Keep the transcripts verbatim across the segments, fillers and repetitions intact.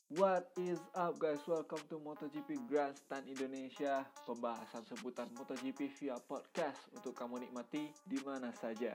What is up guys, welcome to MotoGP Grandstand Indonesia. Pembahasan seputar MotoGP via podcast untuk kamu nikmati di mana saja.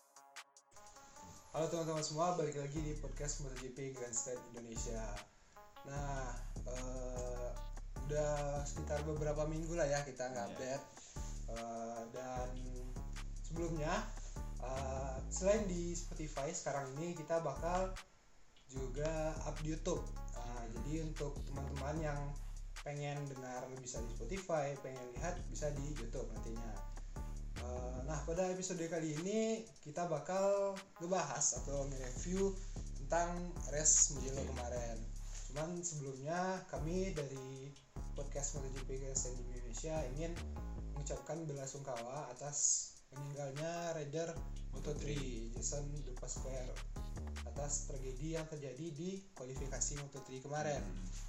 Halo teman-teman semua, balik lagi di podcast MotoGP Grandstand Indonesia. Nah, uh, udah sekitar beberapa minggu lah ya kita nggak update. Uh, dan sebelumnya, uh, selain di Spotify, sekarang ini kita bakal juga up di YouTube. Nah, jadi untuk teman-teman yang pengen dengar bisa di Spotify, pengen lihat bisa di YouTube nantinya. Uh, nah, pada episode kali ini kita bakal ngebahas atau nge-review tentang race Mugello kemarin. Cuman sebelumnya kami dari podcast MotoGP Grandstand Indonesia ingin mengucapkan belasungkawa atas meninggalnya rider Moto tiga Jason De Pasquale atas tragedi yang terjadi di kualifikasi Moto tiga kemarin.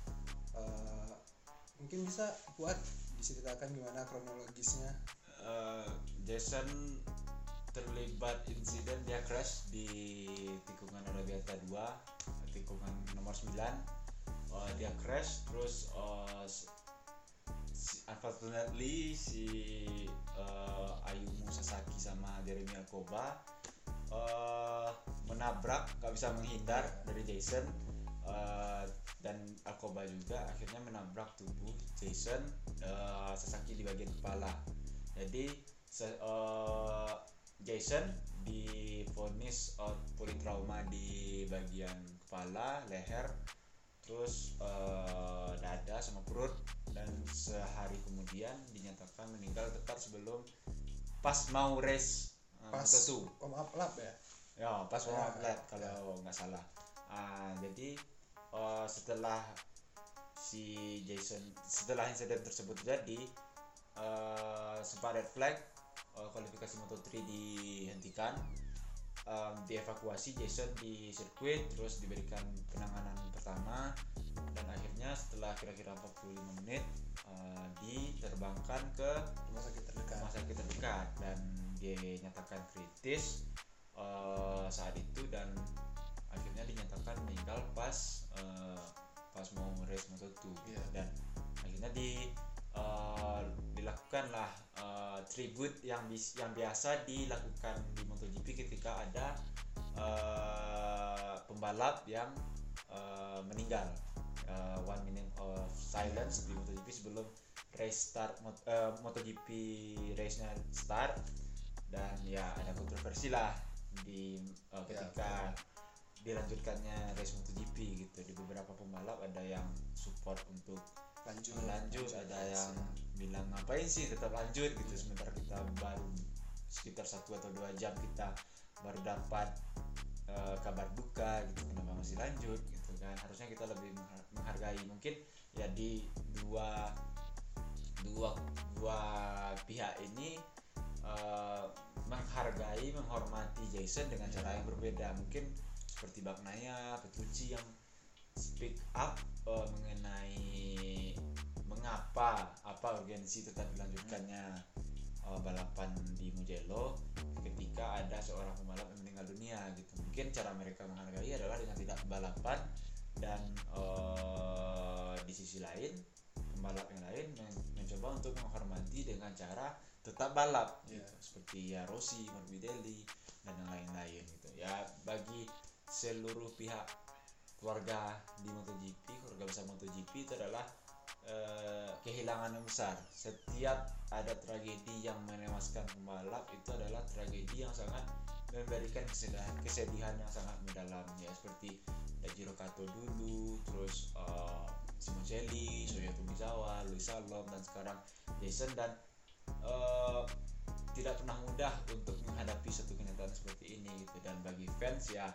Uh, mungkin bisa buat diceritakan gimana kronologisnya? Uh, Jason terlibat insiden dia crash di tikungan Arrabiata dua, tikungan nomor sembilan. Uh, dia crash terus uh, si, unfortunately si uh, Ayumu Sasaki sama Jeremy Alcoba Uh, menabrak, gak bisa menghindar dari Jason, uh, dan Alcoba juga akhirnya menabrak tubuh Jason, uh, Sasaki di bagian kepala. Jadi uh, Jason divonis uh, politrauma di bagian kepala, leher, terus uh, dada sama perut, dan sehari kemudian dinyatakan meninggal tepat sebelum pas mau race Pas warm up lap ya? Ya, pas warm up lap kalau nggak salah. Ah, jadi uh, setelah si Jason setelah insiden tersebut terjadi, uh, sempat red flag, uh, kualifikasi Moto tiga dihentikan, um, dievakuasi Jason di sirkuit, terus diberikan penanganan pertama, dan akhirnya setelah kira-kira empat puluh lima menit uh, diterbangkan ke rumah sakit terdekat. rumah sakit terdekat dan dia nyatakan kritis uh, saat itu, dan akhirnya dinyatakan meninggal pas uh, pas mau race Moto dua. Yeah. Dan akhirnya di uh, dilakukanlah uh, tribute yang bis, yang biasa dilakukan di MotoGP ketika ada uh, pembalap yang uh, meninggal, uh, one minute of silence di MotoGP sebelum race start uh, MotoGP race-nya start. Dan ya ada kontroversi lah di uh, ketika ya, dilanjutkannya race MotoGP gitu. Di beberapa pembalap ada yang support untuk lanjut, lanjut ada yang bilang ngapain sih tetap lanjut gitu, sementara kita baru sekitar satu atau dua jam kita baru dapat uh, kabar duka gitu, kenapa masih lanjut gitu kan. Harusnya kita lebih menghargai, mungkin ya di dua dua dua pihak ini Uh, menghargai, menghormati Jason dengan cara yang berbeda. Mungkin seperti Bagnaia, Petrucci yang speak up uh, mengenai mengapa apa urgensi tetap dilanjutkannya uh, balapan di Mugello ketika ada seorang pembalap yang meninggal dunia gitu. Mungkin cara mereka menghargai adalah dengan tidak balapan, dan uh, di sisi lain pembalap yang lain mencoba untuk menghormati dengan cara tetap balap, yeah, gitu. Seperti ya Rossi, Morbidelli, dan yang lain-lain gitu. Ya bagi seluruh pihak keluarga di MotoGP, keluarga besar MotoGP itu adalah eh, kehilangan yang besar. Setiap ada tragedi yang menewaskan pembalap itu adalah tragedi yang sangat memberikan kesedihan, kesedihan yang sangat mendalam ya, seperti Daijiro Kato dulu, terus uh, Simoncelli, Shoya Tomizawa, Luis Salom, dan sekarang Jason. Dan Uh, tidak pernah mudah untuk menghadapi satu kenyataan seperti ini gitu. Dan bagi fans ya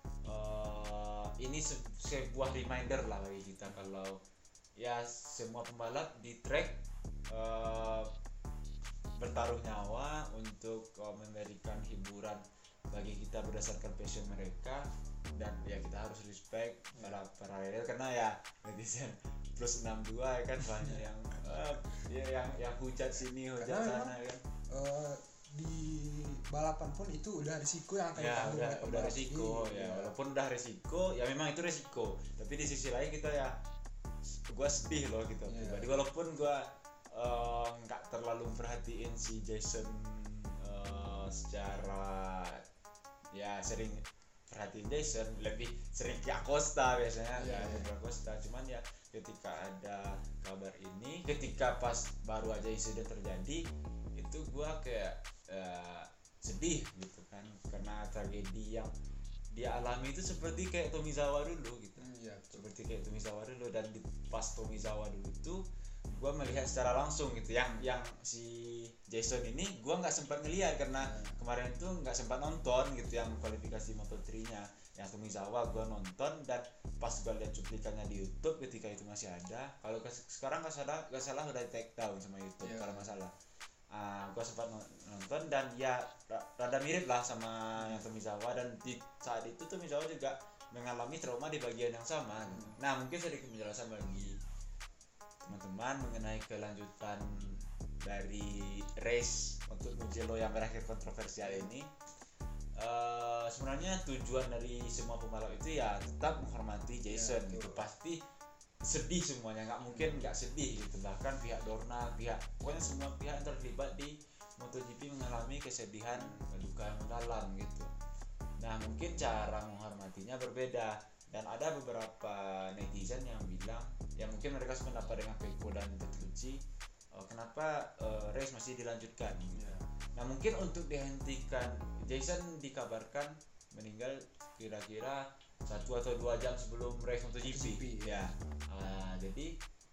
uh, ini se- sebuah reminder lah bagi kita kalau ya semua pembalap di track uh, bertaruh nyawa untuk uh, memberikan hiburan bagi kita berdasarkan passion mereka. Dan ya kita harus respect para para rider, karena ya netizen plus enam puluh dua ya kan banyak yang uh, ya yang yang hujat sini hujat karena sana kan. Uh, di balapan pun itu udah risiko yang akan ya, ditanggung udah, oleh udah risiko ya, ya, walaupun udah risiko ya memang itu risiko, tapi Tapi di sisi lain kita ya gue sedih loh gitu yeah. pribadi, walaupun gue nggak uh, terlalu perhatiin si Jason uh, secara ya sering perhatiin Jason, lebih sering ke Acosta biasanya yeah, ya yeah. Acosta. Cuman ya ketika ada kabar ini, ketika pas baru aja insiden terjadi itu gue kayak uh, sedih gitu kan, karena tragedi yang dia alami itu seperti kayak Tomizawa dulu gitu. Mm, yeah, seperti kayak Tomizawa dulu, dan di pas Tomizawa dulu tuh gue melihat secara langsung gitu, yang yang si Jason ini gue nggak sempat ngeliat karena hmm. kemarin tuh nggak sempat nonton gitu yang kualifikasi Moto tiga nya. Yang Tomizawa gue nonton, dan pas gue lihat cuplikannya di YouTube ketika itu masih ada. Kalau sekarang nggak salah nggak salah udah di take down sama YouTube yeah. kalau masalah. Uh, gue sempat nonton dan ya rada mirip lah sama yang Tomizawa, dan di saat itu Tomizawa juga mengalami trauma di bagian yang sama. hmm. Nah mungkin sedikit penjelasan bagi teman-teman mengenai kelanjutan dari race untuk Mugello yang berakhir kontroversial ini. Uh, sebenarnya tujuan dari semua pembalap itu ya tetap menghormati Jason ya, gitu. Pasti sedih semuanya, nggak mungkin nggak sedih gitu. Bahkan pihak Dorna, pihak pokoknya semua pihak yang terlibat di MotoGP mengalami kesedihan, duka yang mendalam gitu. Nah mungkin cara menghormatinya berbeda, dan ada beberapa netizen yang bilang ya mungkin mereka sependapat dengan Pecco dan Petrucci, uh, kenapa uh, race masih dilanjutkan gitu. Yeah. Nah mungkin untuk dihentikan, Jason dikabarkan meninggal kira-kira satu atau dua jam sebelum race MotoGP ya. Uh, jadi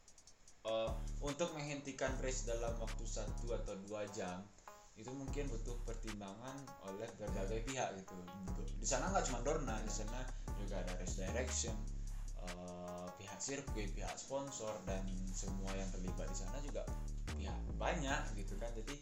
uh, untuk menghentikan race dalam waktu satu atau dua jam itu mungkin butuh pertimbangan oleh berbagai pihak gitu. Di sana nggak cuma Dorna, di sana juga ada race direction, uh, pihak sirkuit, pihak sponsor, dan semua yang terlibat di sana juga pihak banyak gitu kan. Jadi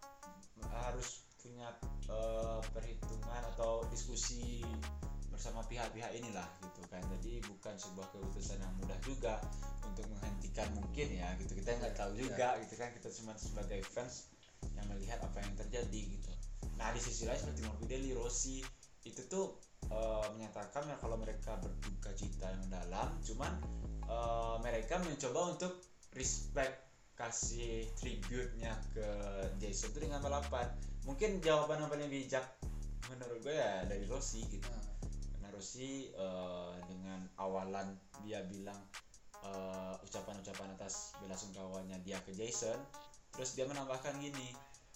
harus punya uh, perhitungan atau diskusi bersama pihak-pihak inilah gitu kan. Jadi bukan sebuah keputusan yang mudah juga untuk menghentikan mungkin ya gitu. Kita nggak tahu juga gitu kan, kita cuma sebagai fans yang melihat apa yang terjadi gitu. Nah di sisi lain seperti Morbidelli, Rossi itu tuh uh, menyatakan ya kalau mereka berduka cita yang dalam, cuman uh, mereka mencoba untuk respect, kasih tribute-nya ke Jason itu dengan balapan. Mungkin jawaban yang paling bijak menurut gue ya dari Rossi gitu. Karena Rossi uh, dengan awalan dia bilang uh, ucapan-ucapan atas belasungkawanya dia ke Jason, terus dia menambahkan gini,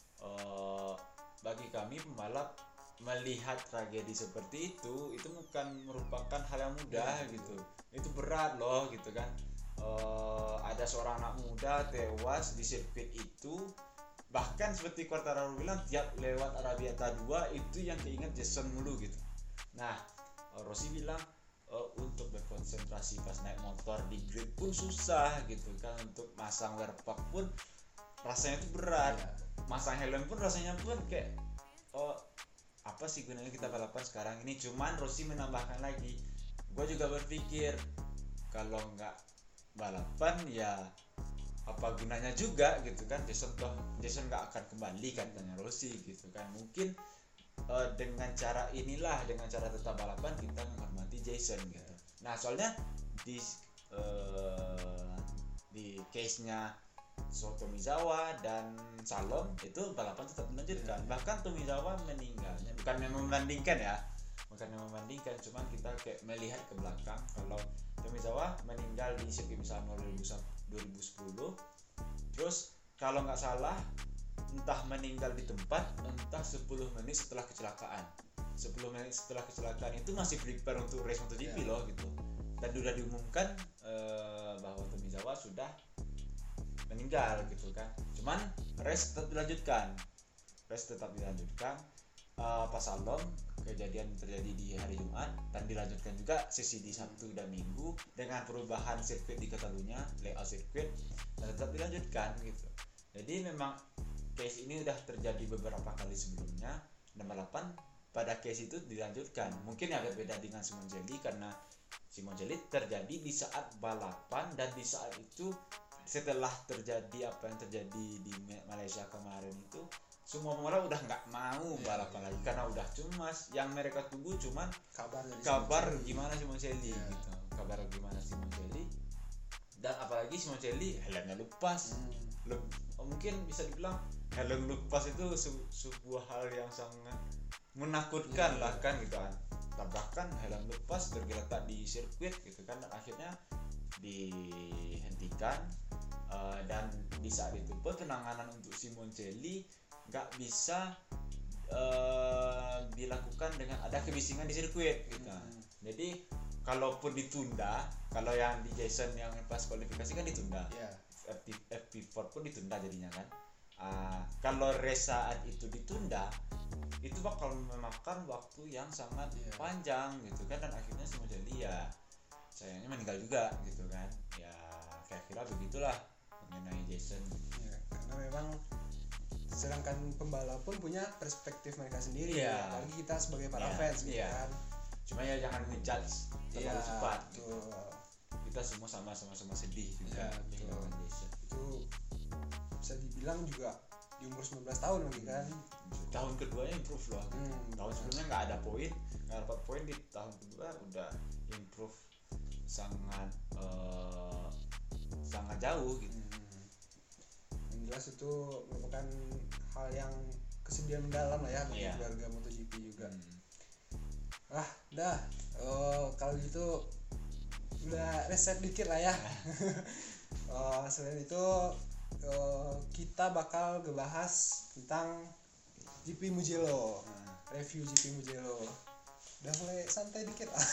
uh, bagi kami pembalap melihat tragedi seperti itu itu bukan merupakan hal yang mudah ya, gitu. Itu berat loh gitu kan. Uh, ada seorang anak muda tewas di sirkuit itu, bahkan seperti Quartararo bilang tiap lewat Arabiata dua itu yang keinget Jason mulu gitu. Nah uh, Rossi bilang uh, untuk berkonsentrasi pas naik motor di grid pun susah gitu kan, untuk masang wear pack pun rasanya itu berat, ya. Masang helm pun rasanya pun kayak oh apa sih gunanya kita balapan sekarang ini. Cuman Rossi menambahkan lagi, gue juga berpikir kalau nggak balapan ya apa gunanya juga gitu kan. Jason toh Jason nggak akan kembali katanya Rossi gitu kan. Mungkin uh, dengan cara inilah, dengan cara tetap balapan kita menghormati Jason gitu. Nah soalnya di uh, di case nya So Tomizawa dan Salom itu balapan tetap dilanjutkan. Bahkan Tomizawa meninggalnya bukan yang membandingkan ya, bukan yang membandingkan, cuman kita kayak melihat ke belakang. Kalau Tomizawa meninggal di sirkuit Misano dua ribu sepuluh, terus kalau nggak salah entah meninggal di tempat entah sepuluh menit setelah kecelakaan. sepuluh menit setelah kecelakaan itu masih prepare untuk race MotoGP yeah. loh gitu. Dan sudah diumumkan uh, bahwa Tomizawa sudah meninggal gitu kan. Cuman race tetap dilanjutkan. Race tetap dilanjutkan. Uh, pas Salom kejadian terjadi di hari Jumat dan dilanjutkan juga sesi di Sabtu dan Minggu dengan perubahan sirkuit di Catalunya, layout sirkuit, dan tetap dilanjutkan gitu. Jadi memang case ini udah terjadi beberapa kali sebelumnya, dan balapan pada case itu dilanjutkan. Mungkin agak beda dengan Simoncelli karena Simoncelli terjadi di saat balapan, dan di saat itu setelah terjadi apa yang terjadi di Malaysia kemarin itu semua pembalap udah nggak mau balapan lagi karena udah cemas. Yang mereka tunggu cuman kabar dari kabar gimana Simoncelli yeah. gitu. kabar gimana Simoncelli, dan apalagi Simoncelli helmnya lepas. Hmm. Le- mungkin bisa dibilang helm lepas itu se- sebuah hal yang sangat menakutkan Iya. lah kan gitu kan, tabrakan helm lepas tergeletak di sirkuit gitu kan, dan akhirnya dihentikan. Uh, dan di saat itu pun penanganan untuk Simoncelli nggak bisa uh, dilakukan dengan ada kebisingan di sirkuit gitu. Hmm. Jadi kalaupun ditunda, kalau yang di Jason yang pas kualifikasi kan ditunda, Ya. F P, F P empat pun ditunda jadinya kan. Uh, kalau race saat itu ditunda, itu bakal memakan waktu yang sangat Iya. panjang gitu kan, dan akhirnya Simoncelli ya sayangnya meninggal juga gitu kan. Ya kira-kira begitulah mengenai Jason. Ya, karena memang sedangkan pembalap pun punya perspektif mereka sendiri, Iya. apalagi kita sebagai para Iya, fans gitu iya. kan. Cuma ya jangan ngejudge terlalu Iya, cepat gitu. betul. Kita semua sama-sama sama sedih juga Iya, betul. kehilangan Jason. Itu bisa dibilang juga di umur sembilan belas tahun lagi kan. Tahun keduanya improve loh. Hmm, Tahun sebelumnya nggak ada poin, nggak dapat poin, di tahun kedua udah improve sangat eh, sangat jauh gitu. Hmm. Yang jelas itu merupakan hal yang kesedihan mendalam lah ya bagi Iya. keluarga MotoGP juga. Hmm. Ah, dah. Oh, kalau gitu udah reset dikit lah ya. Oh, selain itu eh, kita bakal ngebahas tentang G P Mugello, Nah, review G P Mugello. Udah mulai santai dikit lah.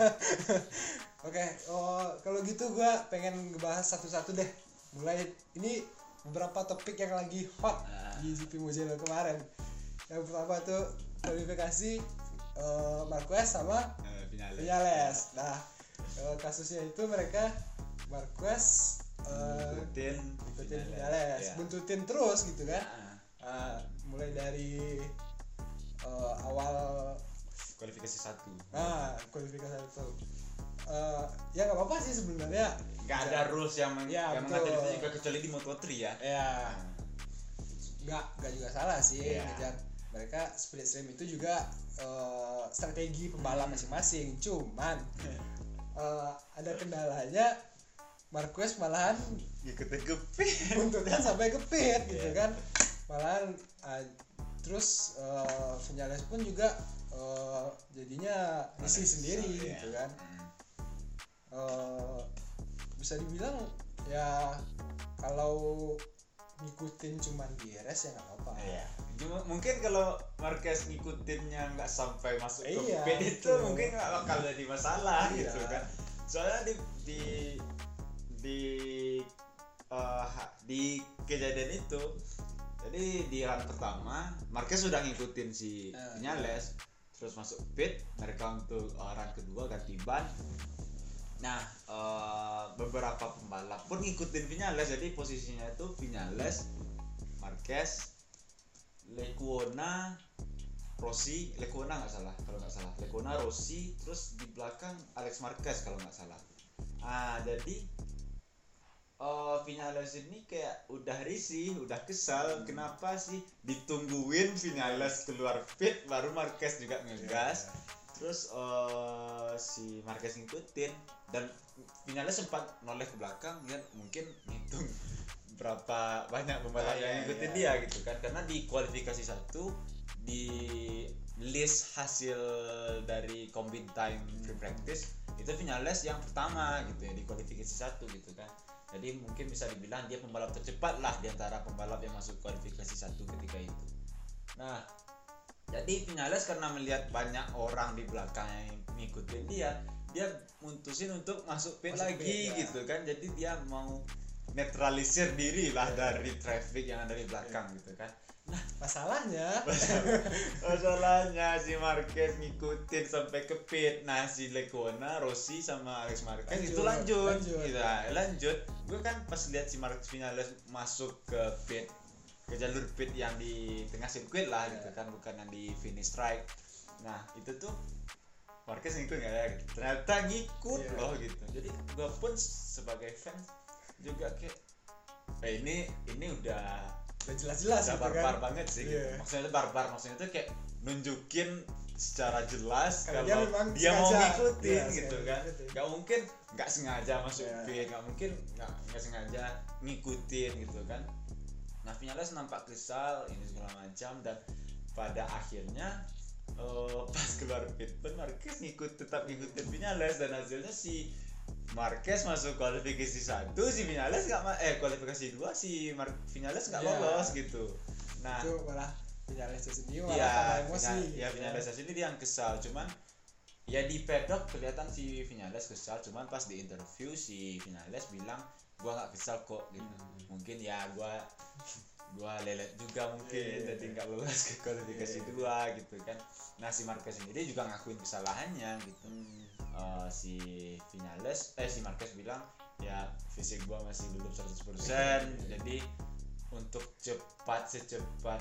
Oke, oh, kalau gitu gua pengen ngebahas satu-satu deh. Mulai ini beberapa topik yang lagi hot Nah. di G P Mugello kemarin. Yang pertama tuh kualifikasi eh, Marquez sama eh, Vinales. Vinales. Nah, eh, kasusnya itu mereka Marquez eh, Ngikutin ngikutin Vinales. Vinales, Ya. buntutin terus gitu kan. Nah, Ah, mulai dari eh, awal kualifikasi satu. ah kualifikasi itu. Eh, ya nggak apa-apa sih sebenarnya. Nggak ada rules yang meng- Ya, yang betul. mengatur itu juga kecuali di Moto tiga ya. Ya, Nah, nggak nggak juga salah sih Iya. ngejar mereka split stream itu juga eh, strategi pembalap Hmm. masing-masing. Cuman eh, ada kendalanya Marquez malahan ngikutin gepit. buntutkan sampai ke pit gitu Iya. kan, malahan uh, terus uh, Vinales pun juga uh, jadinya risih sendiri Iya. gitu kan. Hmm. Uh, bisa dibilang ya kalau ngikutin cuman di race ya nggak apa-apa. Iya. Cuma mungkin kalau Marquez ngikutinnya nggak sampai masuk ke Iya, pit itu betul. mungkin nggak bakal jadi masalah Iya. gitu kan. Soalnya di di di eh, ha- di kejadian itu, jadi di run pertama Marquez sudah ngikutin si Iya. Vinales, terus masuk pit, mereka untuk eh, run kedua ganti ban. Nah, eh, beberapa pembalap pun ngikutin Vinales, jadi posisinya itu Vinales, Marquez, Lecuona, Rossi, Lecuona nggak salah, kalau nggak salah, Lecuona, Rossi, terus di belakang Alex Marquez kalau nggak salah. Ah, jadi eh Vinales ini kayak udah risih, udah kesal, kenapa sih ditungguin Vinales keluar pit baru Marquez juga ngegas. Terus eh si Marquez ngikutin, dan Vinales sempat noleh ke belakang ya, mungkin ngitung berapa banyak pembalap Ah, yang iya, ngikutin iya. dia gitu kan, karena di kualifikasi satu di list hasil dari combine time free practice itu Vinales yang pertama gitu ya di kualifikasi satu gitu kan. Jadi mungkin bisa dibilang dia pembalap tercepat lah di antara pembalap yang masuk kualifikasi satu ketika itu. Nah, jadi Vinales karena melihat banyak orang di belakang yang ngikutin dia, dia mutusin untuk masuk pit Masuk lagi pit, ya. gitu kan. Jadi dia mau netralisir diri lah dari traffic yang ada di belakang gitu kan. Masalahnya Masalahnya si Marquez ngikutin sampai ke pit. Nah, si Lecuona, Rossi sama Alex Marquez Lanjut, itu lanjut, lanjut. Gitu, lanjut. Gue kan pas lihat si Marquez Vinales masuk ke pit, ke jalur pit yang di tengah sirkuit lah gitu kan, bukan yang di finish strike. Nah, itu tuh Marquez ngikut nggak ya? Gitu. Ternyata ngikut Iya. loh gitu. Jadi gue pun sebagai fans juga kayak, eh, ini ini udah udah jelas-jelas udah gitu barbar kan. banget sih Iya. gitu. Maksudnya itu barbar, maksudnya itu kayak nunjukin secara jelas Kalau kalau dia memang dia mau sengaja. ngikutin Iya, gitu sengaja kan. ngikutin. Nggak mungkin nggak sengaja masuk Iya. pit, nggak mungkin nggak nggak sengaja ngikutin gitu kan. Nah Vinales nampak kesal ini segala macam, dan pada akhirnya eh, pas keluar pit pun Marquez ngikut tetap ngikutin Vinales, dan hasilnya si Marquez masuk kualifikasi satu, si Vinales nggak ma- eh kualifikasi dua si Mar- Vinales nggak Iya. lolos gitu. Nah Itu malah Vinales sendiri malah iya, tambah emosi. Vina- ya Vinales ini dia yang kesal, cuman ya di pedok kelihatan si Vinales kesal, cuman pas di interview si Vinales bilang gua nggak kesal kok gitu. Hmm. Mungkin ya gua gua lelet juga mungkin Iya, iya, jadi iya. nggak lolos ke kualifikasi Iya, iya. dua gitu kan. Nah si Marquez sendiri juga ngakuin kesalahannya gitu. Eh, si Vinales eh si Marquez bilang ya fisik gua masih belum seratus persen, jadi untuk cepat secepat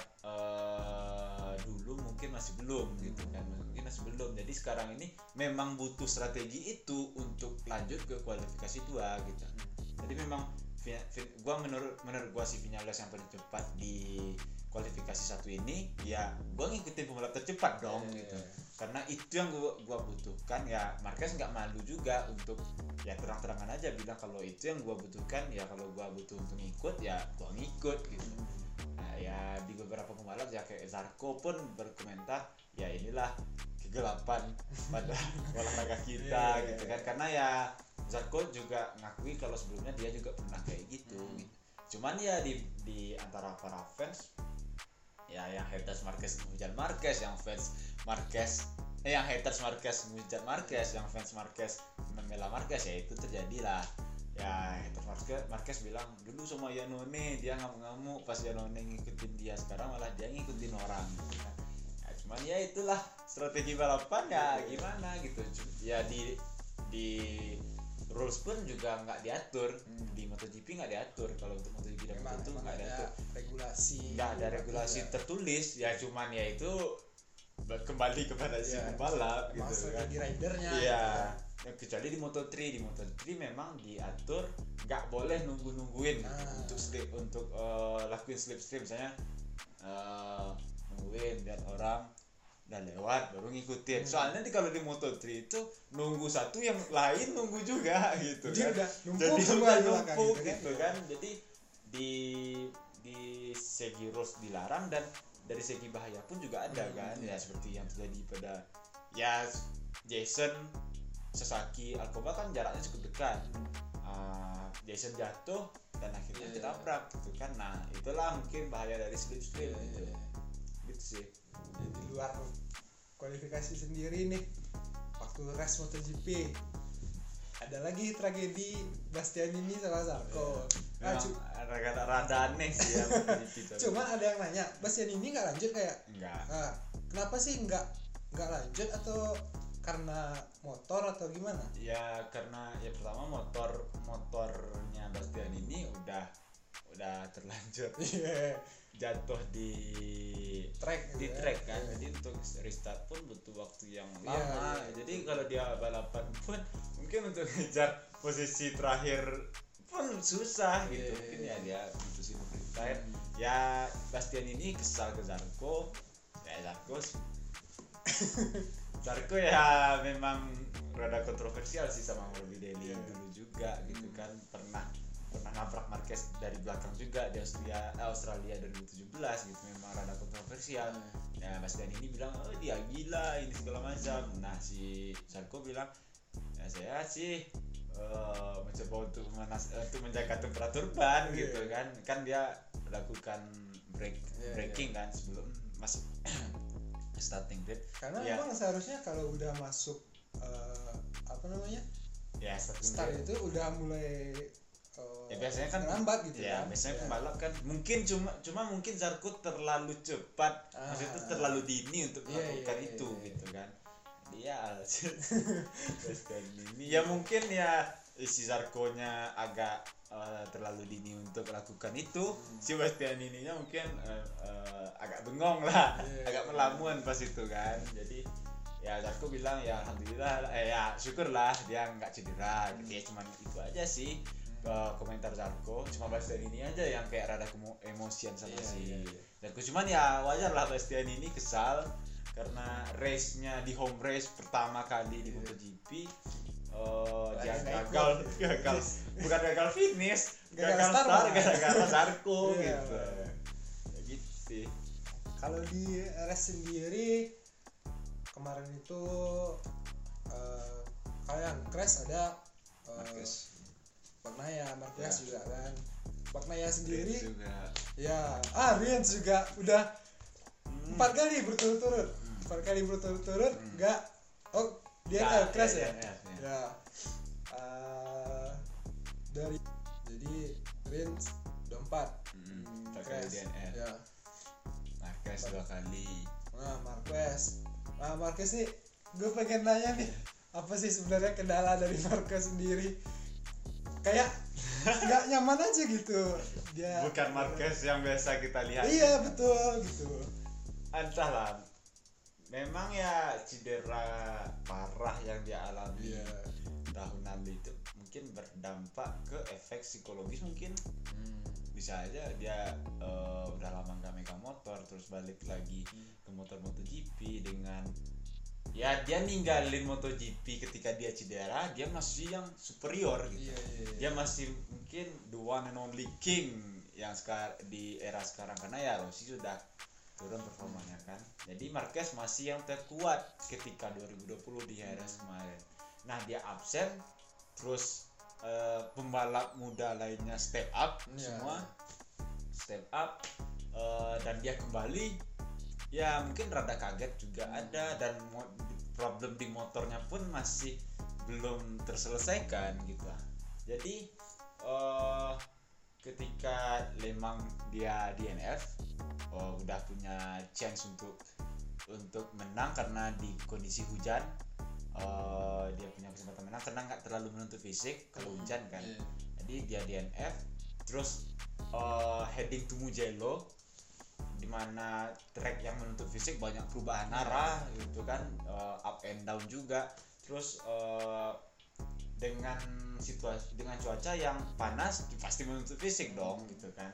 eh, dulu mungkin masih belum gitu kan, mungkin masih belum. Jadi sekarang ini memang butuh strategi itu untuk lanjut ke kualifikasi dua gitu. Jadi memang Vi- Vi- gua menurut menurut gua si Vinales yang paling cepat di kualifikasi satu ini, ya gua ngikutin pembalap tercepat dong Iya, gitu. iya. Karena itu yang gua, gua butuhkan. Ya Marquez nggak malu juga untuk ya terang-terangan aja bilang kalau itu yang gua butuhkan, ya kalau gua butuh untuk ngikut ya gua ngikut gitu. Nah ya di beberapa pembalap ya kayak Zarco pun berkomentar ya inilah kegelapan pada olahraga kita Iya, iya, gitu iya. kan, karena ya Zarco juga ngakui kalau sebelumnya dia juga pernah kayak gitu, Hmm. gitu. Cuman ya di di antara para fans ya yang haters Marquez menghujat Marquez, yang fans Marquez eh yang haters Marquez menghujat Marquez, yang fans Marquez membela Marquez, ya itu terjadilah. Ya haters Marquez, Marquez bilang dulu sama Iannone dia ngamuk-ngamuk pas Iannone ngikutin dia, sekarang malah dia ngikutin orang gitu kan. Ya, cuman ya itulah strategi balapan ya gimana gitu. Ya di di rules pun juga nggak diatur, Hmm. di MotoGP nggak diatur. Kalau untuk MotoGP dan Memang, Moto2 memang nggak ada diatur, regulasi. nggak ada regulasi Iya. tertulis, ya cuman ya itu kembali kepada si Iya. pembalap Memang gitu kan. strategi ridernya. Iya, gitu. ya, kecuali di Moto tiga, di Moto tiga memang diatur nggak boleh nunggu-nungguin gitu. Ah. untuk slip untuk eh, lakuin slip-slip, misalnya eh, nungguin lihat orang udah lewat baru ngikutin. Hmm. Soalnya di kalau di Moto tiga itu nunggu satu yang lain nunggu juga gitu Dia kan. udah numpuk Jadi semua udah di belakang numpuk gitu gitu kan. Jadi di di segi rules dilarang, dan dari segi bahaya pun juga ada Hmm. kan, ya seperti yang terjadi pada ya Jason Sasaki Alcoba kan jaraknya cukup dekat. Uh, Jason jatuh dan akhirnya Iya. ketabrak gitu kan. Nah itulah mungkin bahaya dari slip slip Iya, gitu. iya. Gitu sih. Dan di luar kualifikasi sendiri nih, waktu race MotoGP ada lagi tragedi Bastianini sama Zarco. Nah, Memang cu- rada rada aneh sih ya MotoGP itu. cuman ada yang nanya, Bastianini nggak lanjut kayak, enggak. ah, kenapa sih nggak nggak lanjut, atau karena motor atau gimana? Ya karena ya pertama motor motornya Bastian ini udah udah terlanjur Iya, jatuh di track di gitu ya. track kan, Iya. jadi untuk restart pun butuh waktu yang Iya, lama. iya, Jadi betul. kalau dia balapan pun mungkin untuk ngejar posisi terakhir pun susah gitu. Iya, Mungkin iya, ya iya. dia mutusin untuk retire. Hmm. Ya Bastian ini kesal ke Zarco. Ya Zarco Zarco ya memang rada kontroversial sih sama Morbidelli Iya. dulu juga gitu Hmm. kan, pernah pernah nabrak Marquez dari belakang juga di Australia eh, Australia dua ribu tujuh belas gitu, memang rada kontroversial. Ya Bastian ini bilang oh dia gila ini segala macam. Nah si Zarco bilang ya saya sih eh, mencoba untuk menas eh, untuk menjaga temperatur ban Iya. gitu kan, kan dia lakukan break Iya, breaking kan sebelum masuk starting grid. Karena Iya. memang seharusnya kalau udah masuk eh, apa namanya Ya starting start grid. itu udah mulai eh, Ya biasanya kan lambat gitu ya kan. biasanya Ya. pembalap kan mungkin cuma cuma mungkin Zarco terlalu cepat, Ah. maksudnya itu terlalu dini untuk Iya, melakukan iya, itu iya, iya. gitu kan. Dia Bastian ini ya mungkin ya si Zarco-nya agak eh, terlalu dini untuk melakukan itu. Hmm. Si Bastian ininya mungkin eh, eh, agak bengong lah, Iya, agak iya. melamun pas itu kan. Jadi ya Zarco bilang ya alhamdulillah eh ya syukurlah dia nggak cedera gitu ya, cuman itu aja sih ke komentar Zarco. Cuma Bastian ini aja yang kayak rada kemo- emosian sama Iya, si iya, iya. Zarco. Cuman ya wajar lah Bastian ini kesal karena race-nya di home race pertama kali di MotoGP uh, dia gagal gagal bukan gagal finish gagal, gagal start, start gara-gara Zarco gitu ya gitu sih. Kalau di race sendiri kemarin itu uh, kayak crash ada uh, Marquez Bagnaia Marquez ya. juga kan Bagnaia sendiri juga. Ya ah Rins juga udah hmm. empat kali berturut-turut hmm. empat kali berturut-turut hmm. enggak oh dia ya, crash ya, ya, ya, ya. ya. Uh, dari jadi Rins udah empat hmm. hmm. crash ya. Marquez dua kali nah Marquez nah Marquez nih gue pengen nanya nih apa sih sebenarnya kendala dari Marquez sendiri kayak nggak nyaman aja gitu dia bukan Marquez yang biasa kita lihat iya betul gitu entahlah memang ya cedera parah yang dia alami yeah. tahun lalu itu mungkin berdampak ke efek psikologis mungkin hmm. bisa aja dia uh, udah lama nggak megang motor terus balik lagi ke motor MotoGP dengan ya dia ninggalin MotoGP ketika dia cedera dia masih yang superior gitu yeah, yeah, yeah. Dia masih mungkin the one and only king yang sekarang di era sekarang karena ya Rossi sudah turun performanya kan jadi Marquez masih yang terkuat ketika dua ribu dua puluh di era kemarin. Nah dia absen terus uh, pembalap muda lainnya step up yeah. semua step up uh, dan dia kembali ya mungkin rada kaget juga hmm. ada dan mo- problem di motornya pun masih belum terselesaikan gitu. Jadi uh, ketika memang dia D N F uh, udah punya chance untuk untuk menang karena di kondisi hujan uh, dia punya kesempatan menang karena nggak terlalu menuntut fisik kalau hujan kan. Hmm. Jadi dia D N F terus uh, heading to Mugello di mana track yang menuntut fisik banyak perubahan arah gitu kan uh, up and down juga terus uh, dengan situasi dengan cuaca yang panas pasti menuntut fisik dong gitu kan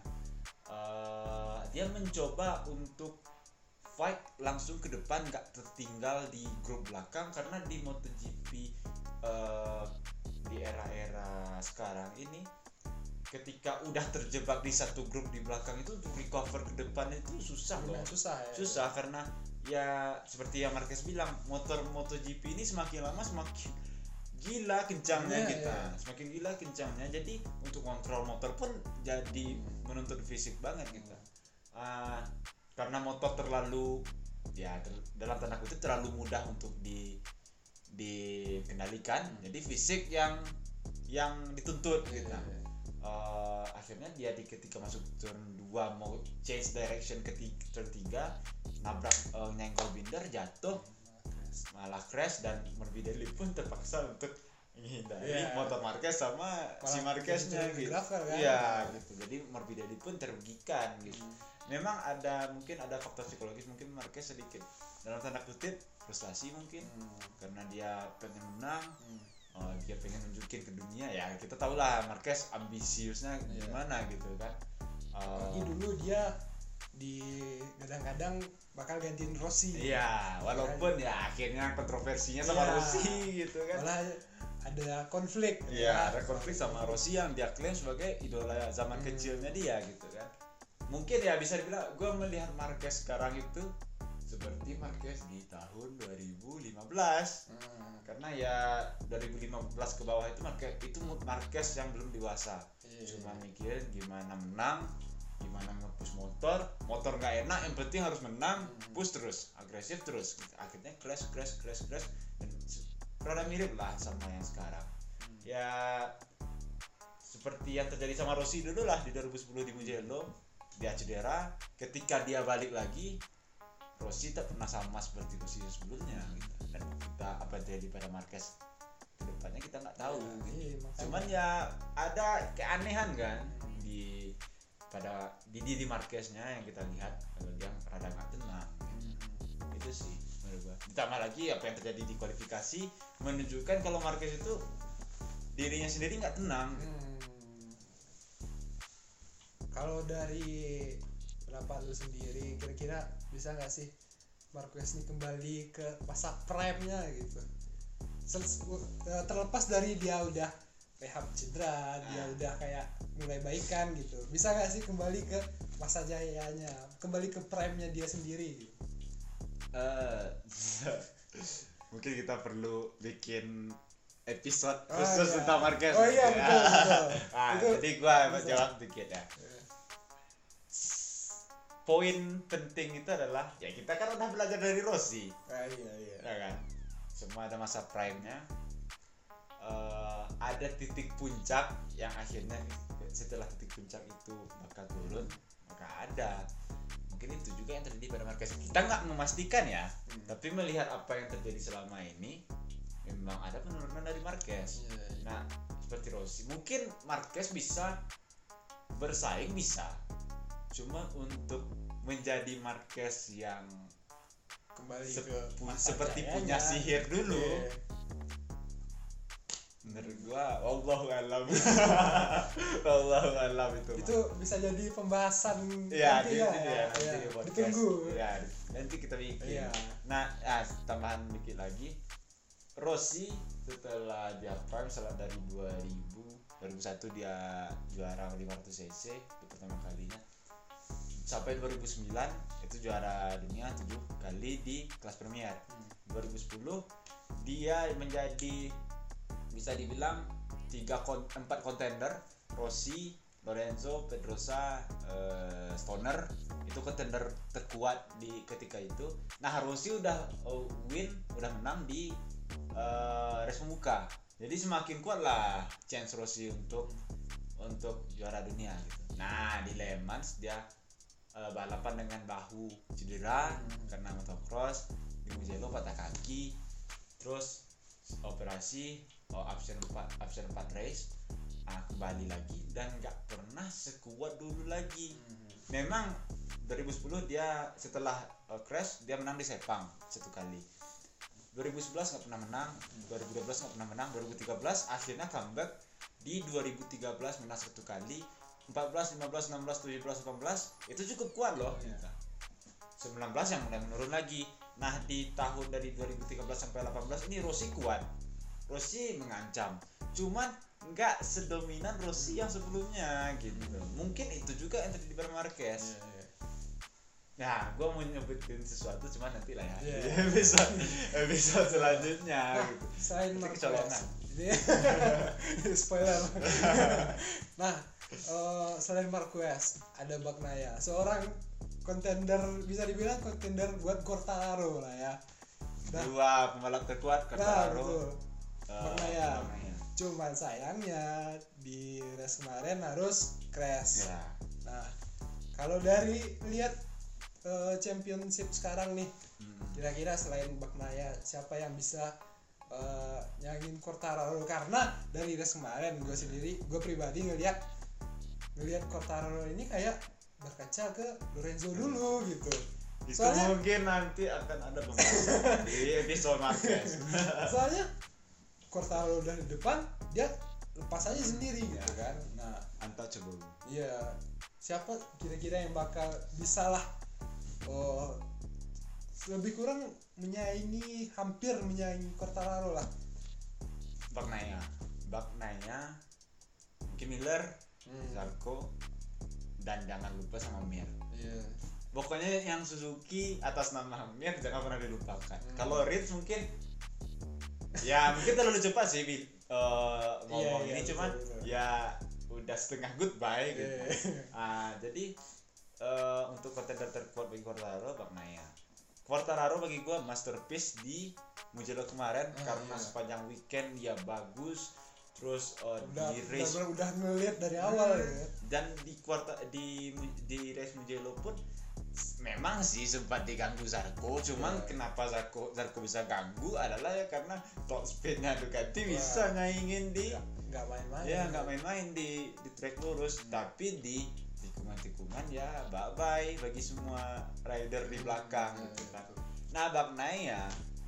uh, dia mencoba untuk fight langsung ke depan nggak tertinggal di grup belakang karena di MotoGP uh, di era-era sekarang ini ketika udah terjebak di satu grup di belakang itu untuk recover ke depan itu susah loh. Susah ya. Susah ya. Karena ya seperti yang Marquez bilang, motor MotoGP ini semakin lama semakin gila kencangnya yeah, kita. Yeah. Semakin gila kencangnya. Jadi untuk kontrol motor pun jadi menuntut fisik banget kita. Uh, karena motor terlalu ya ter- dalam tanda kutip terlalu mudah untuk di dikendalikan. Hmm. Jadi fisik yang yang dituntut yeah, kita. Yeah. Uh, akhirnya dia di ketika masuk turn dua mau change direction ke turn tiga nabrak uh, nyenggol binder jatuh malah crash dan Morbidelli pun terpaksa untuk menghindari yeah. motor Marquez sama malah si Marqueznya gitu. Kan? Iya gitu. Jadi Morbidelli pun terugikan gitu. Hmm. Memang ada mungkin ada faktor psikologis mungkin Marquez sedikit dalam tanda kutip frustasi mungkin hmm. karena dia pengen menang. Hmm. Oh, dia pengen nunjukin ke dunia ya kita tahu lah Marquez ambisiusnya gimana yeah. gitu kan uh, lagi dulu dia di kadang-kadang bakal gantiin Rossi iya walaupun ya, ya akhirnya kontroversinya sama yeah. Rossi gitu kan malah ada konflik iya ya. ada konflik sama Rossi yang dia klaim sebagai idola zaman hmm. kecilnya dia gitu kan mungkin ya bisa dibilang gue melihat Marquez sekarang itu seperti Marquez di tahun dua ribu lima belas hmm. karena ya dua ribu lima belas ke bawah itu Marquez itu Marquez yang belum dewasa yeah. cuma mikirin gimana menang gimana nge-push motor motor nggak enak yang penting harus menang hmm. push terus agresif terus akhirnya crash crash crash crash dan rada mirip lah sama yang sekarang hmm. ya seperti yang terjadi sama Rossi dulu lah di dua ribu sepuluh di Mugello dia cedera ketika dia balik lagi Rossi tak pernah sama seperti Rossi sebelumnya gitu. Dan kita apa yang terjadi pada Marquez kedepannya kita nggak tahu ya, gitu. Iya, cuman ya ada keanehan kan di pada di di Marqueznya yang kita lihat kalau dia rada nggak tenang gitu. hmm. itu sih menurut gua ditambah lagi apa yang terjadi di kualifikasi menunjukkan kalau Marquez itu dirinya sendiri nggak tenang gitu. hmm. Kalau dari pendapat lu sendiri kira-kira bisa nggak sih Marquez ini kembali ke masa prime-nya gitu. Sel- uh, terlepas dari dia udah rehab cedera, dia udah kayak mulai baikan gitu. Bisa gak sih kembali ke masa jayanya, kembali ke prime-nya dia sendiri gitu. Uh, mungkin kita perlu bikin episode Oh, khusus iya. tentang Marquez. Oh iya, betul, betul. Ah, Itu jadi gua bisa. jawab dikit ya. Poin penting itu adalah ya kita kan udah belajar dari Rossi, Ah, iya iya. ya kan? Semua ada masa prime-nya. Uh, ada titik puncak yang akhirnya setelah titik puncak itu bakal turun, maka ada mungkin itu juga yang terjadi pada Marquez. Kita nggak memastikan ya, Hmm. tapi melihat apa yang terjadi selama ini memang ada penurunan dari Marquez. Iya, iya. Nah seperti Rossi, mungkin Marquez bisa bersaing, bisa, cuma untuk menjadi Marquez yang Kembali sep- ke pu- masa seperti jayanya. punya sihir dulu. Iya. Menurut gua Allahu alam. Allahu alam itu. Itu bisa jadi pembahasan ya, nanti di, ya, di, ya, nanti ya. di podcast. Ditunggu. Ya, nanti kita bikin. Iya. Nah, ah, tambahan dikit lagi. Rossi setelah dia prime setelah dari dua ribu dua ribu satu dia juara lima ratus cc itu pertama kalinya. Sampai dua ribu sembilan itu juara dunia tujuh kali di kelas Premier. Hmm. dua ribu sepuluh dia menjadi bisa dibilang tiga kon- empat kontender, Rossi, Lorenzo, Pedrosa, uh, Stoner itu kontender terkuat di ketika itu. Nah Rossi udah uh, win, udah menang di uh, race pembuka, jadi semakin kuat lah chance Rossi untuk untuk juara dunia gitu. Nah di Le Mans dia uh, balapan dengan bahu cedera Hmm. karena motocross, di Mugello patah kaki, terus operasi, oh, absen empat absen empat race, nah, kembali lagi dan nggak pernah sekuat dulu lagi. Memang dua ribu sepuluh dia setelah uh, crash dia menang di Sepang satu kali, dua ribu sebelas nggak pernah menang, dua ribu dua belas nggak pernah menang, dua ribu tiga belas akhirnya comeback di dua ribu tiga belas menang satu kali, empat belas, lima belas, enam belas, tujuh belas, delapan belas itu cukup kuat loh. sembilan belas yang mulai menurun lagi. Nah di tahun dari dua ribu tiga belas sampai delapan belas ini Rossi kuat, Rossi mengancam, cuman nggak sedominan Rossi yang sebelumnya gitu. Mungkin itu juga yang terjadi pada Marquez. Iya, iya. Nah gue mau nyebutin sesuatu cuman nanti lah ya, Iya. di episode episode selanjutnya Nah, gitu. selain Itu Marquez kecolongan. ini spoiler. Nah, eh, selain Marquez ada Bagnaia, seorang kontender, bisa dibilang kontender buat Quartararo lah ya. Nah, Dua pembalap terkuat nah Quartararo, betul. eh, Bagnaia. Bagnaia. Cuman sayangnya di race kemarin harus crash. Ya. Nah, kalau dari lihat eh, championship sekarang nih, Hmm. kira-kira selain Bagnaia siapa yang bisa uh, nyangin Quartararo? Karena dari race kemarin gue sendiri, gue pribadi ngelihat ngelihat Quartararo ini kayak berkaca ke Lorenzo dulu gitu. Itu Soalnya- mungkin nanti akan ada pembahasan di episode Marquez. Soalnya Quartararo udah di depan, dia lepas aja sendiri gitu kan. Nah, Untouchable. iya, siapa kira-kira yang bakal bisa lah oh, lebih kurang menyaingi, hampir menyaingi Quartararo lah. Bagnaia, Bagnaia, mungkin Miller, Hmm. Zarco, dan jangan lupa sama Mir. Iya. Pokoknya yang Suzuki atas nama Mir jangan pernah dilupakan. Hmm. Kalau Rins mungkin, ya mungkin terlalu cepat sih Bi, uh, ngomong Iya, iya, ini, betul, cuman betul. ya udah setengah goodbye gitu. Iya. Ah, jadi uh, untuk kontender terkuat bagi Quartararo, Bagnaia. Quartararo bagi gua masterpiece di Mugello kemarin Ah, karena iya. sepanjang weekend dia bagus, terus uh, udah di race udah, udah ngeliat dari awal ya. dan di kuartal di di race Mugello pun memang sih sempat diganggu Zarco, cuman Iya. kenapa Zarco Zarco bisa ganggu adalah ya karena top speednya Ducati Wah. bisa nyaingin di Nggak- nggak main-main. ya nggak main-main di di track lurus, tapi di tikungan-tikungan ya bye bye bagi semua rider di belakang Iya, gitu iya, kan. betul. Nah Bagnaia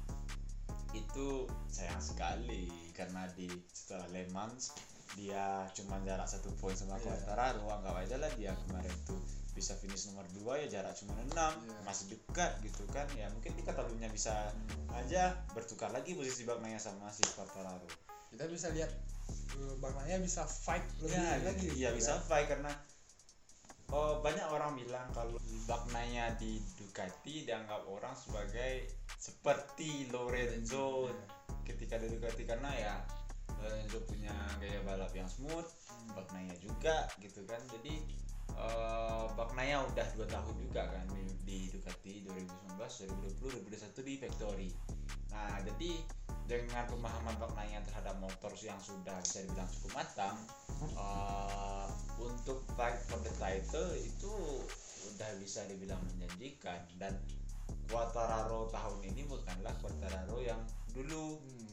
itu sayang sekali karena di setelah Le Mans dia cuma jarak satu poin sama Iya. Quartararo, anggap aja lah dia kemarin tuh bisa finish nomor dua ya jarak cuma enam, Iya. masih dekat gitu kan. Ya mungkin di Catalunya bisa aja bertukar lagi posisi Bagnaia sama si Quartararo. Kita bisa lihat uh, Bagnaia bisa fight lebih Ya, lagi. iya gitu bisa kan. fight karena oh, banyak orang bilang kalau Bagnaia di Ducati dianggap orang sebagai seperti Lorenzo ketika di Ducati, karena ya Lorenzo punya gaya balap yang smooth, Bagnaia juga gitu kan. Jadi uh, Bagnaia udah dua tahun juga kan di, di Ducati dua ribu sembilan belas, dua ribu dua puluh, dua ribu dua puluh satu di Factory. Nah jadi dengan pemahaman Bagnaia terhadap motor yang sudah bisa dibilang cukup matang, uh, untuk fight for the title itu udah bisa dibilang menjanjikan. Dan Quartararo tahun ini bukanlah Quartararo yang dulu. Hmm.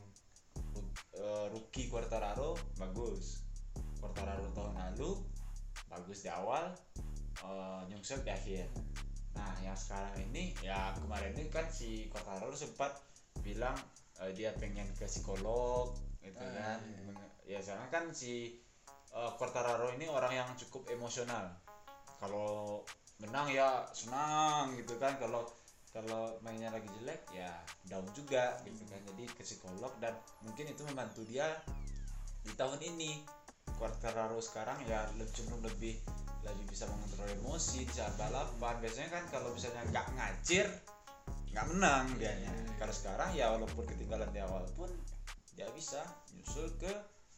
Uh, rookie Quartararo bagus, Quartararo tahun lalu bagus di awal, uh, nyungsep di akhir. Nah yang sekarang ini ya kemarin ini kan si Quartararo sempat bilang uh, dia pengen ke psikolog gitu Ah, kan. iya. Ya sekarang kan si uh, Quartararo ini orang yang cukup emosional. Kalau menang ya senang gitu kan, kalau kalau mainnya lagi jelek ya down juga gitu kan. Jadi ke psikolog dan mungkin itu membantu dia di tahun ini. Quartararo sekarang ya lebih cenderung lebih lebih bisa mengontrol emosi di saat balapan. Biasanya kan kalau misalnya nggak ngacir nggak menang dianya. Kalau sekarang ya walaupun ketinggalan di awal pun dia bisa nyusul ke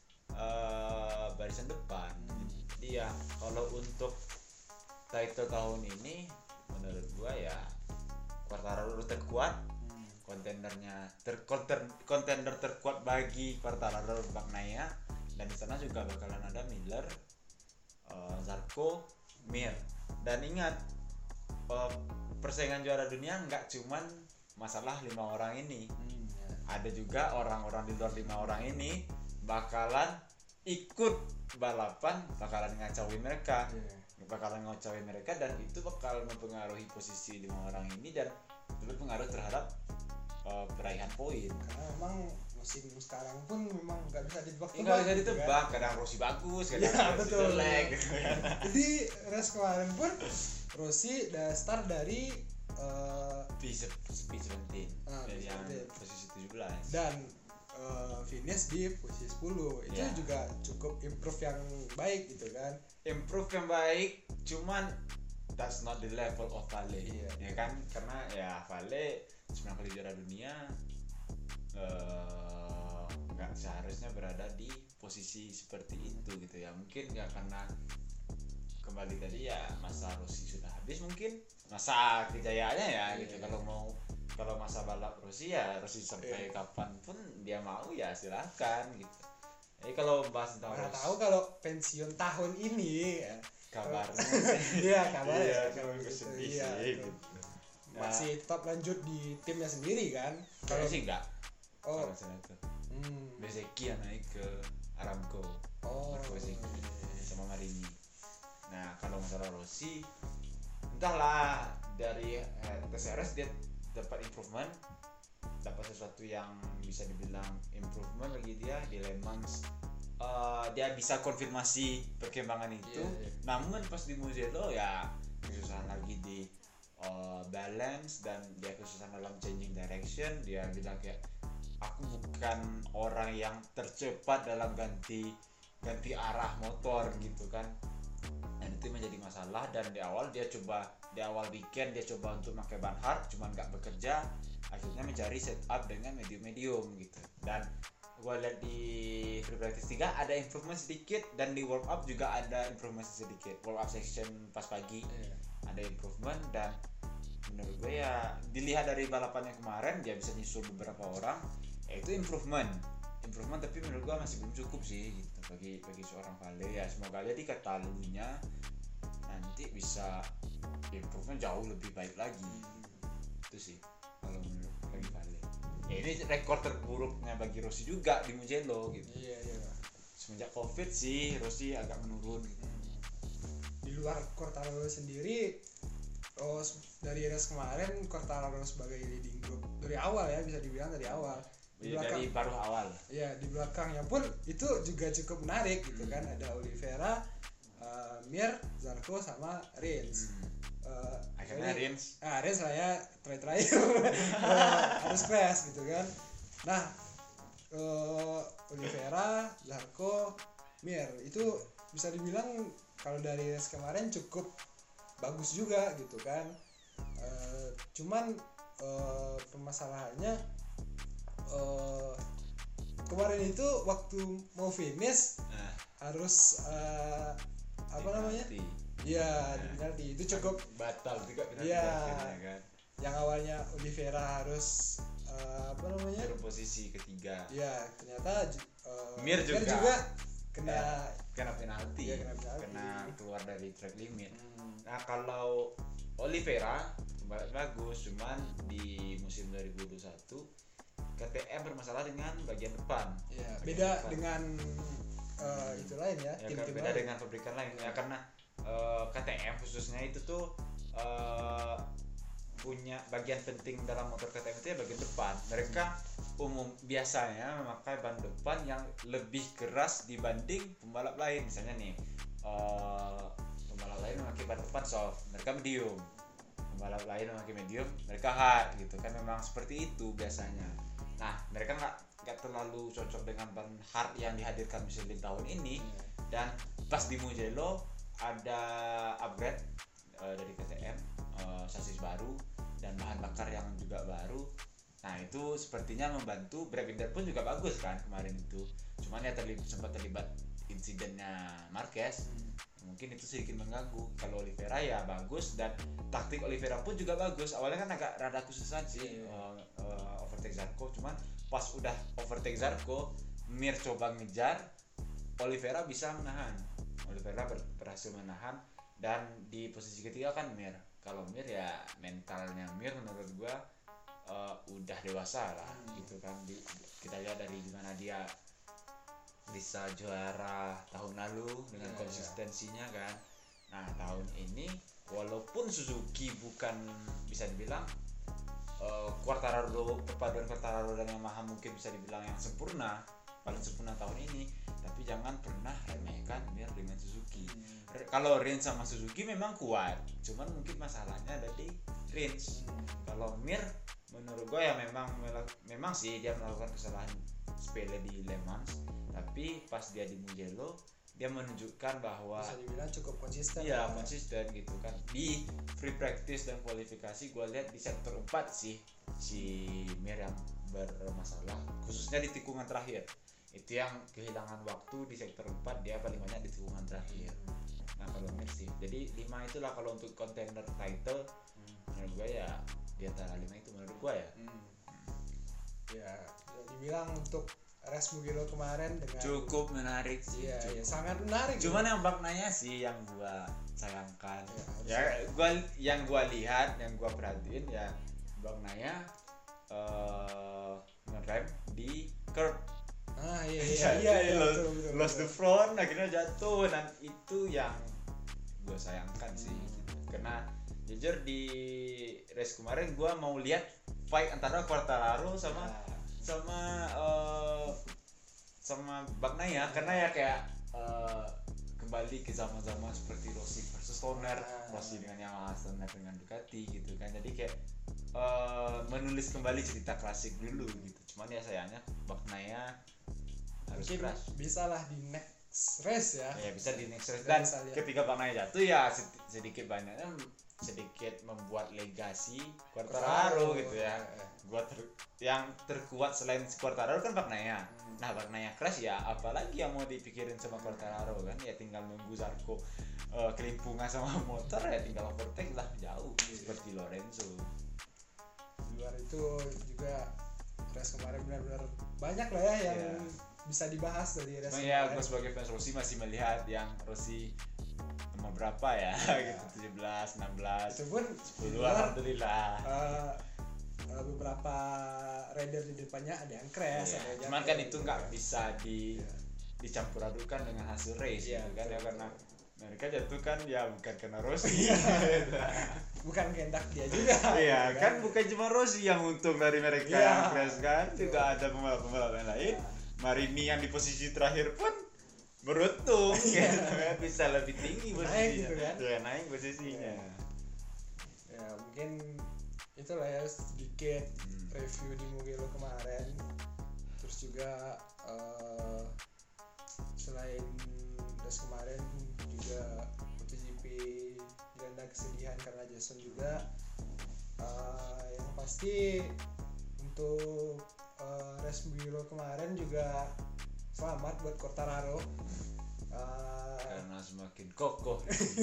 uh, barisan depan. Jadi ya kalau untuk title tahun ini menurut gua ya Quartararo terkuat, kontendernya ter konten, kontender terkuat bagi Quartararo Bagnaia, dan di sana juga bakalan ada Miller, uh, Zarco, Mir. Dan ingat uh, persaingan juara dunia nggak cuman masalah lima orang ini, Hmm, ya. ada juga orang-orang di luar lima orang ini bakalan ikut balapan, bakalan ngacauin mereka. Iya. Bakalan ngocawin mereka, dan itu bakal mempengaruhi posisi lima orang ini dan berpengaruh terhadap uh, peraihan poin. Karena memang musim sekarang pun memang nggak bisa ditebak-tebak. Nggak bisa gitu ditebak, kan. kadang Rossi bagus, kadang Iya, Rossi betul. jelek gitu kan. Jadi race kemarin pun Rossi udah start dari uh, P seventeen Ah, dari P yang seventeen. posisi tujuh belas. dan uh, finish di posisi sepuluh. Itu Iya. juga cukup improve yang baik gitu kan. Improve yang baik, cuman that's not the level of Vale. Iya. Ya kan, karena ya Vale sembilan kali juara dunia eh, nggak seharusnya berada di posisi seperti itu gitu ya. Mungkin ya karena kembali tadi ya masa Rossi sudah habis, mungkin masa kejayaannya ya gitu. Iya. Kalau mau kalau masa balap Rossi ya Rossi sampai Iya. kapanpun dia mau ya silakan gitu. Jadi kalau bahas tentang Mana Rossi, tahu kalau pensiun tahun ini ya. kabarnya Iya, kabar iya, ya. kalau sedih Iya, sih betul. gitu. Masih tetap lanjut di timnya sendiri kan. Kalau sih enggak, oh, kalau saya itu hmm. Bezeki yang naik ke Aramco, Oh, Marco Bezeki iya. sama Marini. Nah kalau masalah Rossi, entahlah dari eh, T C R S dia dapat improvement, dapat sesuatu yang bisa dibilang improvement bagi dia di Le Mans. Uh, dia bisa konfirmasi perkembangan itu. Iya, iya. Namun pas di Mugello ya kesusahan lagi di uh, balance, dan dia kesusahan dalam changing direction. Dia bilang kayak aku bukan orang yang tercepat dalam ganti ganti arah motor gitu kan. Dan itu menjadi masalah, dan di awal dia coba di awal weekend dia coba untuk pakai ban hard cuman nggak bekerja, akhirnya mencari setup dengan medium-medium gitu. Dan gua lihat di free practice tiga ada improvement sedikit, dan di warm up juga ada improvement sedikit. Warm up section pas pagi Iya. ada improvement, dan menurut gue ya dilihat dari balapan yang kemarin dia bisa nyusul beberapa orang, ya itu improvement improvement tapi menurut gue masih belum cukup sih gitu bagi bagi seorang Vale. Ya semoga aja di Catalunya nanti bisa improvement jauh lebih baik lagi. Itu sih kalau menurut bagi Vale. Ya ini rekor terburuknya bagi Rossi juga di Mugello gitu. Iya, iya. Semenjak Covid sih Rossi agak menurun gitu. Di luar Quartararo sendiri, oh, dari race kemarin Quartararo sebagai leading group dari awal ya, bisa dibilang dari awal. Di Ya, dari belakang, baru awal. ya di belakangnya pun itu juga cukup menarik gitu kan. Ada Oliveira, uh, Mir, Zarco sama Rins. Hmm. Uh, Akhirnya jadi- Rins ah Rins lah ya terakhir uh, harus crash gitu kan. Nah uh, Oliveira, Zarco, Mir itu bisa dibilang kalau dari race kemarin cukup bagus juga gitu kan. Uh, cuman uh, permasalahannya uh, kemarin itu waktu mau finish nah, harus uh, apa namanya? penalti. Ya, Nah. di penalti itu cukup batal juga penalti Iya. akhirnya kan. yang awalnya Oliveira harus uh, apa namanya? Turun posisi ketiga. Ya, ternyata uh, Mir juga. kena Ya, kena penalti. Iya, kena penalti. Kena keluar dari track limit. Hmm, Nah, kalau Oliveira kembali bagus, cuman di musim dua ribu dua puluh satu K T M bermasalah dengan bagian depan. ya, Bagian beda depan. dengan uh, itu lain ya, ya kan tim-tim beda lain. dengan pabrikan lain ya karena uh, K T M khususnya itu tuh uh, punya bagian penting dalam motor K T M itu ya bagian depan. Mereka umum biasanya memakai ban depan yang lebih keras dibanding pembalap lain. Misalnya nih uh, pembalap lain memakai ban depan soft, mereka medium. Pembalap lain memakai medium, mereka hard gitu kan, memang seperti itu biasanya. Nah, mereka nggak nggak terlalu cocok dengan ban hard yang dihadirkan Michelin tahun ini. Dan pas di Mugello ada upgrade uh, dari K T M, uh, sasis baru dan bahan bakar yang juga baru. Nah itu sepertinya membantu. Brake binder pun juga bagus kan kemarin itu, cuman ya terlibat, sempat terlibat insidennya Marquez. Mungkin itu sedikit mengganggu. Kalau Oliveira ya bagus, dan taktik Oliveira pun juga bagus. Awalnya kan agak rada kesusahan sih uh, uh, overtake Zarco, cuman pas udah overtake Zarco, Mir coba ngejar, Oliveira bisa menahan. Oliveira ber- berhasil menahan, dan di posisi ketiga kan Mir. Kalau Mir ya mentalnya Mir menurut gua uh, udah dewasa lah gitu kan. Di, kita lihat dari gimana dia bisa juara tahun lalu dengan Ya, konsistensinya kan. Nah tahun ini walaupun Suzuki bukan bisa dibilang uh, Quartararo, perpaduan Quartararo dan Yamaha mungkin bisa dibilang yang sempurna, paling sempurna tahun ini, tapi jangan pernah remehkan Mir dengan Suzuki. R- Kalau Rins sama Suzuki memang kuat, cuman mungkin masalahnya ada di Rins. Kalau Mir menurut gue ya memang melak- memang sih dia melakukan kesalahan sepele di Le Mans, tapi pas dia di Mugello dia menunjukkan bahwa Bisa dibilang cukup konsisten. iya ya. konsisten gitu kan. Di free practice dan kualifikasi gue lihat di sektor empat sih si Mir yang bermasalah, khususnya di tikungan terakhir. Itu yang kehilangan waktu di sektor empat, dia paling banyak di tikungan terakhir. Nah kalau Mir sih, jadi lima itulah kalau untuk contender title. Menurut gue ya di antara lima itu menurut gue ya. Hmm. Ya, bisa dibilang untuk race Mugello kemarin dengan Cukup menarik sih. Iya, cukup. iya, sangat menarik. Cuman yang maknanya sih yang gua sayangkan. Ya, Ya, gua yang gua lihat, yang gua perhatiin ya maknanya eh ngerem di curb. Ah iya iya Jadi iya, iya lost, betul, betul, lost the betul. front, akhirnya jatuh, dan itu yang gua sayangkan sih. Karena jujur di race kemarin gua mau lihat fight antara Quartararo sama Nah, sama uh, sama Bagnaia, karena ya kayak uh, kembali ke zaman-zaman seperti Rossi versus Stoner, Ah. Rossi dengan Yamaha, Stoner dengan Ducati gitu kan. Jadi kayak uh, menulis kembali cerita klasik dulu gitu. Cuman ya sayangnya Bagnaia harus mungkin keras. bisa lah di next race ya. Ya bisa di next race, Kita dan bisa lihat. ketika Bagnaia jatuh ya sed- sedikit banyaknya sedikit membuat legasi Quartararo gitu ya. Gua ter, yang terkuat selain si Quartararo kan Bagnaia. Hmm. Nah Bagnaia crash ya apalagi yang mau dipikirin sama Quartararo kan, ya tinggal nunggu Zarco uh, kelimpungan sama motor, ya tinggal overtake lah jauh seperti Lorenzo. Di luar itu juga race kemarin benar-benar banyak lah ya yang Iya. bisa dibahas dari race Cuma ya kemarin. gue sebagai fans Rossi masih melihat yang Rossi nomor berapa ya Iya. gitu, tujuh belas, enam belas, Itu pun di sepuluh, luar, alhamdulillah. uh, uh, beberapa rider di depannya ada yang crash, Iya, ada yang cuman jatuh kan gitu itu nggak kan. bisa di Iya. dicampur adukan dengan hasil race Iya, gitu kan ya, betul, karena betul. mereka jatuh kan ya bukan karena Rossi. Bukan kehendak dia juga. Iya gitu kan, bukan cuma Rossi yang untung dari mereka Iya. yang crash kan, Betul. juga ada pembalap-pembalap yang lain. Iya. Marini yang di posisi terakhir pun beruntung ya bisa lebih tinggi posisinya. Naik gitu kan. Ya, naik posisinya. Ya mungkin itulah ya sedikit Hmm. review di Mugello kemarin. Terus juga uh, selain race kemarin juga MotoGP dilanda kesedihan karena Jason juga. Uh, yang pasti untuk uh, race Mugello kemarin juga selamat buat Quartararo. Uh, Karena semakin kokoh.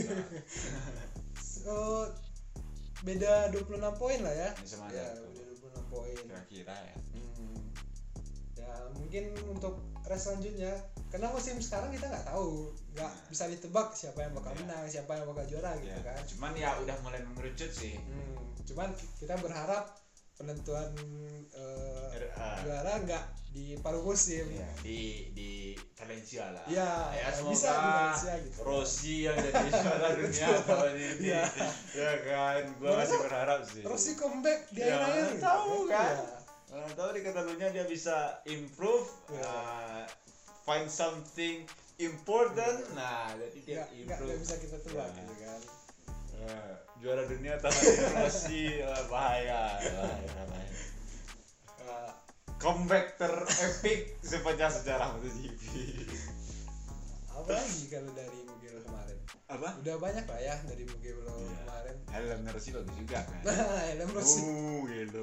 so, beda dua puluh enam poin lah ya. Sama Ya, satu. beda dua puluh enam poin. Kira-kira ya. Hmm. Ya mungkin untuk race selanjutnya, karena musim sekarang kita nggak tahu, nggak Nah. bisa ditebak siapa yang bakal Ya. menang, siapa yang bakal juara gitu Ya. kan. Cuman ya udah mulai mengerucut sih. Hmm. Cuman kita berharap penentuan uh, R A. juara nggak di paruh musim. Ya, di di Valencia lah. Iya, ya bisa semoga di Valencia gitu. Rossi yang jadi juara dunia tahun ini. Iya. Ya kan, gua Mana masih tahu berharap sih. Rossi comeback di Ya, akhir-akhir mana gitu tahu kan. Ya. Orang tahu di Catalunya dia bisa improve, Ya. uh, find something important. Ya. Nah, jadi dia Nggak, nggak, improve. nggak bisa kita tebak Ya. gitu kan. Uh, juara dunia tahun ini Rossi, uh, bahaya, bahaya, bahaya. Uh, Comeback terepik sepanjang sejarah MotoGP. apa lagi kalau dari Mugello kemarin? Apa? Udah banyak lah ya dari Mugello Iya. kemarin. Helm Rossi bagus juga kan. Helm Rossi. Uh, gitu.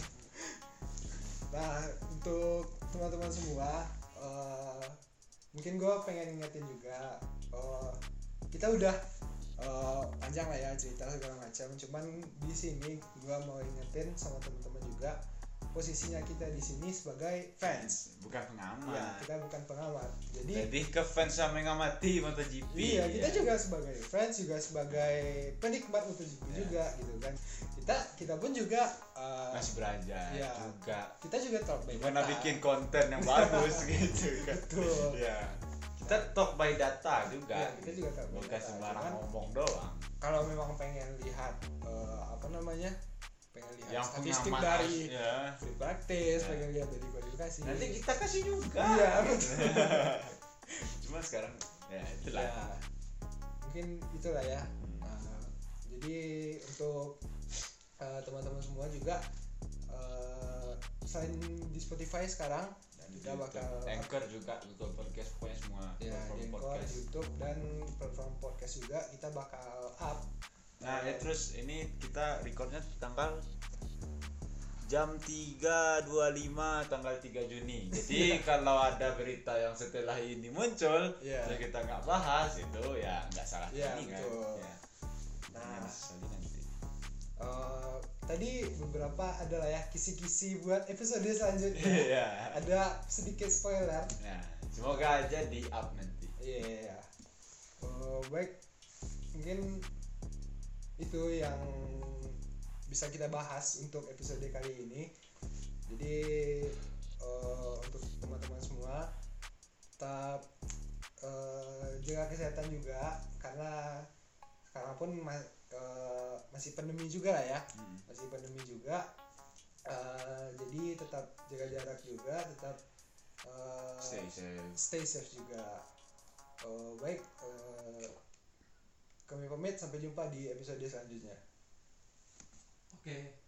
Nah, untuk teman-teman semua, uh, mungkin gue pengen ingetin juga, uh, kita udah uh, panjang lah ya cerita segala macam. Cuman di sini gue mau ingetin sama teman-teman juga, posisinya kita di sini sebagai fans. Bukan pengamat. Ya, kita bukan pengamat. Jadi, Jadi ke fans yang mengamati MotoGP. iya, kita ya. juga sebagai fans, juga sebagai penikmat MotoGP Ya. juga gitu kan. Kita kita pun juga uh, Masih belajar Iya. juga. kita juga talk by Gimana data. bikin konten yang bagus gitu kan. Betul. Ya. Kita talk by data juga. Ya, kita juga talk by Bukan data. sembarang Cuman, ngomong doang. kalau memang pengen lihat uh, apa namanya, pengen lihat Yang statistik pengamat dari ya. free practice, Ya. pengen lihat dari kualifikasi. Nanti kita kasih juga. Iya, betul. Cuma sekarang ya itulah. Ya, mungkin itulah ya. Hmm. Nah, jadi untuk uh, teman-teman semua juga, uh, selain di Spotify sekarang, Dan kita di bakal YouTube. Anchor juga Google Podcast pokoknya semua ya platform di Anchor, podcast. YouTube dan platform podcast juga kita bakal up. Nah, ya terus ini kita recordnya tanggal jam tiga dua puluh lima tanggal tiga Juni. Jadi kalau ada berita yang setelah ini muncul, Iya. ya kita nggak bahas itu ya nggak salah Iya, ini kan. betul. Ya. Nah, Nah, sekali nanti. Uh, tadi beberapa adalah ya kisi-kisi buat episode selanjutnya. Iya. Ada sedikit spoiler. Nah, semoga aja di up nanti. Iya. Uh, baik, mungkin itu yang bisa kita bahas untuk episode kali ini. Jadi uh, untuk teman-teman semua tetap uh, jaga kesehatan juga, karena sekarang pun ma- uh, masih pandemi juga lah ya. Hmm. Masih pandemi juga, uh, jadi tetap jaga jarak juga, tetap uh, Stay safe. stay safe juga. Uh, baik, uh, kami pamit, sampai jumpa di episode selanjutnya. Oke.